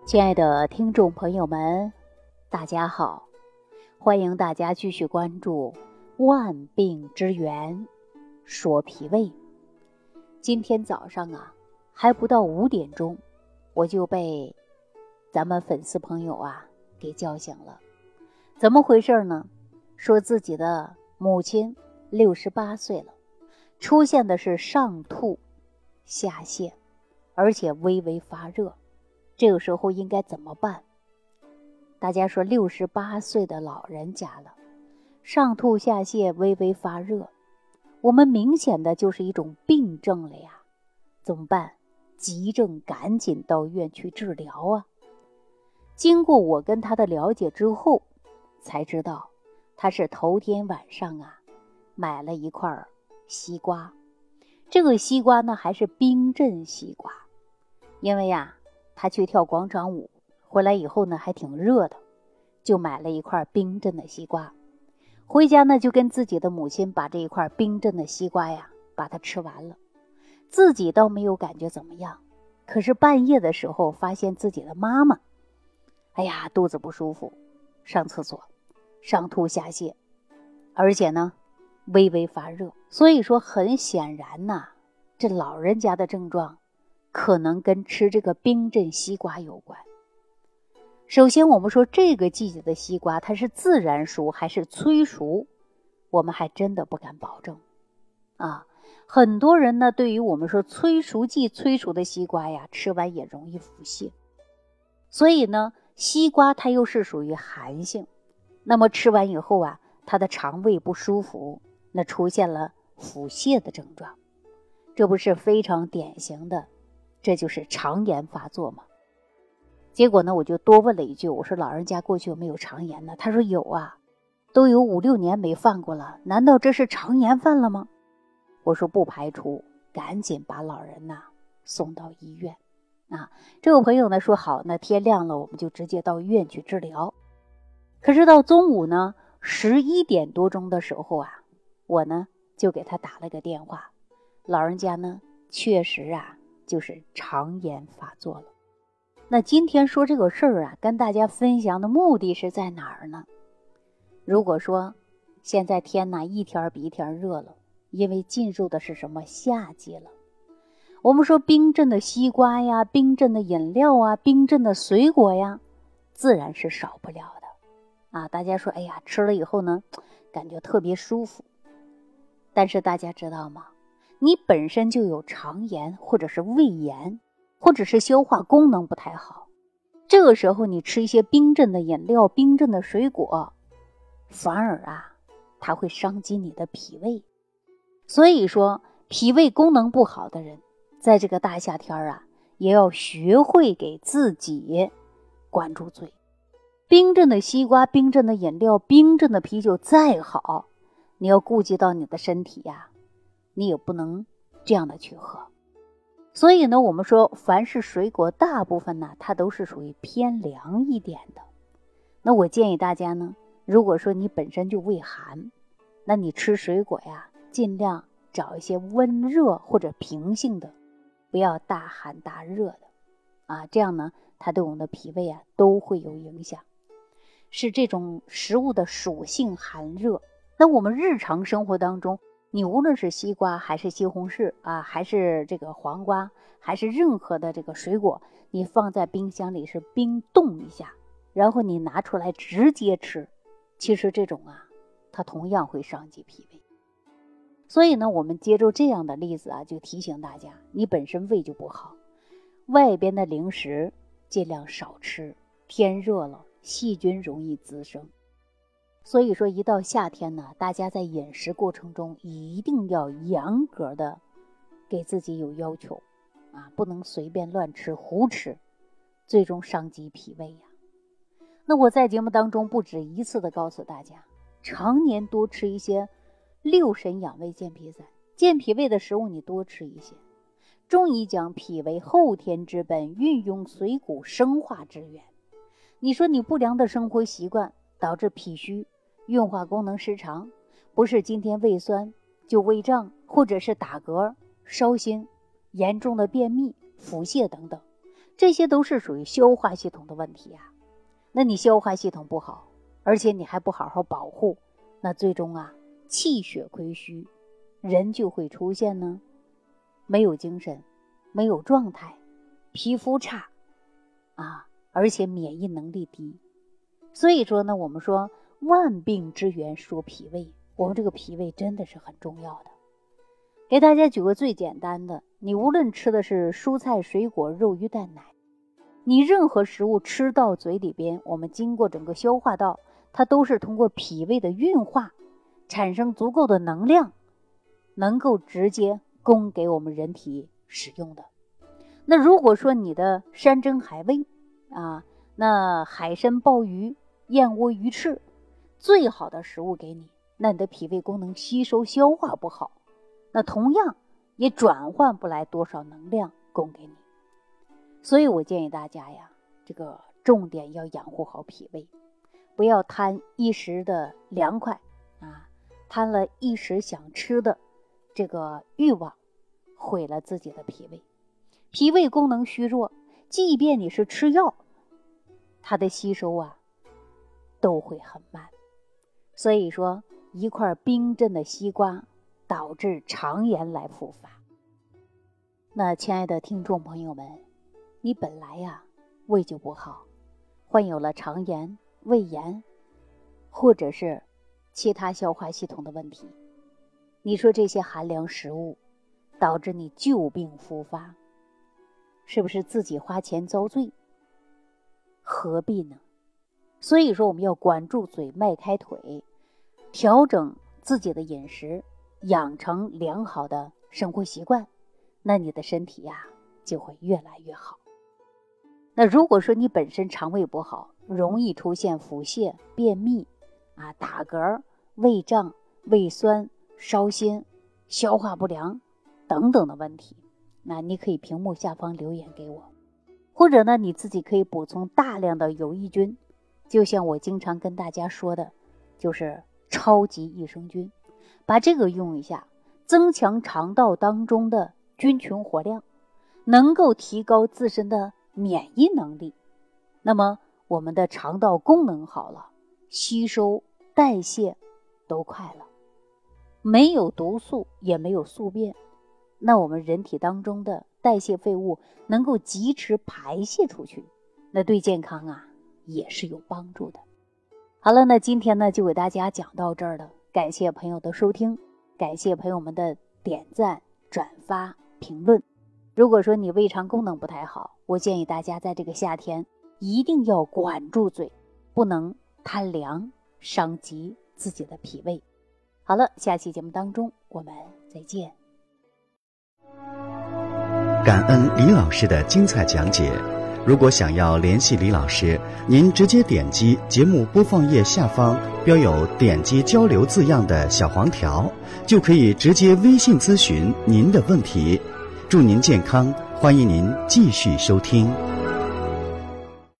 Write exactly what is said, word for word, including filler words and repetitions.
亲爱的听众朋友们，大家好，欢迎大家继续关注万病之源说脾胃。今天早上啊，还不到五点钟，我就被咱们粉丝朋友啊给叫醒了。怎么回事呢？说自己的母亲六十八岁了，出现的是上吐下泻，而且微微发热。这个时候应该怎么办？大家说六十八岁的老人家了，上吐下泻，微微发热，我们明显的就是一种病症了呀。怎么办？急症赶紧到医院去治疗啊。经过我跟他的了解之后，才知道他是头天晚上啊买了一块西瓜，这个西瓜呢还是冰镇西瓜，因为呀他去跳广场舞回来以后呢还挺热的，就买了一块冰镇的西瓜，回家呢就跟自己的母亲把这一块冰镇的西瓜呀把它吃完了，自己倒没有感觉怎么样。可是半夜的时候发现自己的妈妈哎呀肚子不舒服，上厕所上吐下泻，而且呢微微发热。所以说很显然呐、啊，这老人家的症状可能跟吃这个冰镇西瓜有关。首先我们说这个季节的西瓜它是自然熟还是催熟，我们还真的不敢保证啊。很多人呢对于我们说催熟剂催熟的西瓜呀，吃完也容易腹泻。所以呢西瓜它又是属于寒性，那么吃完以后啊，它的肠胃不舒服，那出现了腹泻的症状，这不是非常典型的，这就是肠炎发作嘛。结果呢我就多问了一句，我说老人家过去有没有肠炎呢？他说有啊，都有五六年没犯过了，难道这是肠炎犯了吗？我说不排除，赶紧把老人呐送到医院啊。这个朋友呢说好，那天亮了我们就直接到医院去治疗。可是到中午呢十一点多钟的时候啊，我呢就给他打了个电话，老人家呢确实啊就是肠炎发作了。那今天说这个事儿啊，跟大家分享的目的是在哪儿呢？如果说现在天呐一天比一天热了，因为进入的是什么夏季了，我们说冰镇的西瓜呀，冰镇的饮料啊，冰镇的水果呀，自然是少不了的啊。大家说哎呀吃了以后呢感觉特别舒服，但是大家知道吗？你本身就有肠炎或者是胃炎，或者是消化功能不太好，这个时候你吃一些冰镇的饮料，冰镇的水果，反而啊它会伤及你的脾胃。所以说脾胃功能不好的人在这个大夏天啊，也要学会给自己管住嘴。冰镇的西瓜，冰镇的饮料，冰镇的啤酒再好，你要顾及到你的身体呀、啊，你也不能这样的去喝。所以呢我们说凡是水果大部分呢它都是属于偏凉一点的。那我建议大家呢，如果说你本身就胃寒，那你吃水果呀尽量找一些温热或者平性的，不要大寒大热的啊，这样呢它对我们的脾胃啊都会有影响。是这种食物的属性寒热。那我们日常生活当中，你无论是西瓜还是西红柿啊，还是这个黄瓜，还是任何的这个水果，你放在冰箱里是冰冻一下，然后你拿出来直接吃，其实这种啊它同样会伤及脾胃。所以呢我们接着这样的例子啊，就提醒大家，你本身胃就不好，外边的零食尽量少吃，天热了细菌容易滋生。所以说一到夏天呢，大家在饮食过程中一定要严格的给自己有要求啊，不能随便乱吃胡吃，最终伤及脾胃呀。那我在节目当中不止一次的告诉大家，常年多吃一些六神养胃健脾散健脾胃的食物，你多吃一些。中医讲脾为后天之本，运用水谷生化之源。你说你不良的生活习惯导致脾虚，运化功能失常，不是今天胃酸就胃胀，或者是打嗝、烧心、严重的便秘、腹泻等等， 这些都是属于消化系统的问题啊。那你消化系统不好，而且你还不好好保护，那最终啊气血亏虚，人就会出现呢没有精神，没有状态，皮肤差啊，而且免疫能力低。所以说呢，我们说万病之源说脾胃，我们这个脾胃真的是很重要的。给大家举个最简单的，你无论吃的是蔬菜水果肉鱼蛋奶，你任何食物吃到嘴里边，我们经过整个消化道，它都是通过脾胃的运化产生足够的能量，能够直接供给我们人体使用的。那如果说你的山珍海味啊，那海参鲍鱼燕窝鱼翅最好的食物给你，那你的脾胃功能吸收消化不好，那同样也转换不来多少能量供给你。所以我建议大家呀，这个重点要养护好脾胃，不要贪一时的凉快啊，贪了一时想吃的这个欲望，毁了自己的脾胃。脾胃功能虚弱，即便你是吃药，它的吸收啊都会很慢。所以说一块冰镇的西瓜导致肠炎来复发。那亲爱的听众朋友们，你本来呀胃就不好，患有了肠炎、胃炎或者是其他消化系统的问题，你说这些寒凉食物导致你旧病复发，是不是自己花钱遭罪？何必呢？所以说我们要管住嘴，迈开腿，调整自己的饮食，养成良好的生活习惯，那你的身体呀就会越来越好。那如果说你本身肠胃不好，容易出现腹泻、便秘啊、打嗝、胃胀、胃酸、烧心、消化不良等等的问题，那你可以屏幕下方留言给我，或者呢你自己可以补充大量的有益菌，就像我经常跟大家说的，就是超级益生菌，把这个用一下，增强肠道当中的菌群活量，能够提高自身的免疫能力。那么我们的肠道功能好了，吸收代谢都快了，没有毒素也没有宿便，那我们人体当中的代谢废物能够及时排泄出去，那对健康啊也是有帮助的。好了，那今天呢就给大家讲到这儿了，感谢朋友的收听，感谢朋友们的点赞、转发、评论。如果说你胃肠功能不太好，我建议大家在这个夏天一定要管住嘴，不能贪凉，伤及自己的脾胃。好了，下期节目当中我们再见。 感恩李老师的精彩讲解。如果想要联系李老师，您直接点击节目播放页下方标有点击交流字样的小黄条，就可以直接微信咨询您的问题。祝您健康，欢迎您继续收听。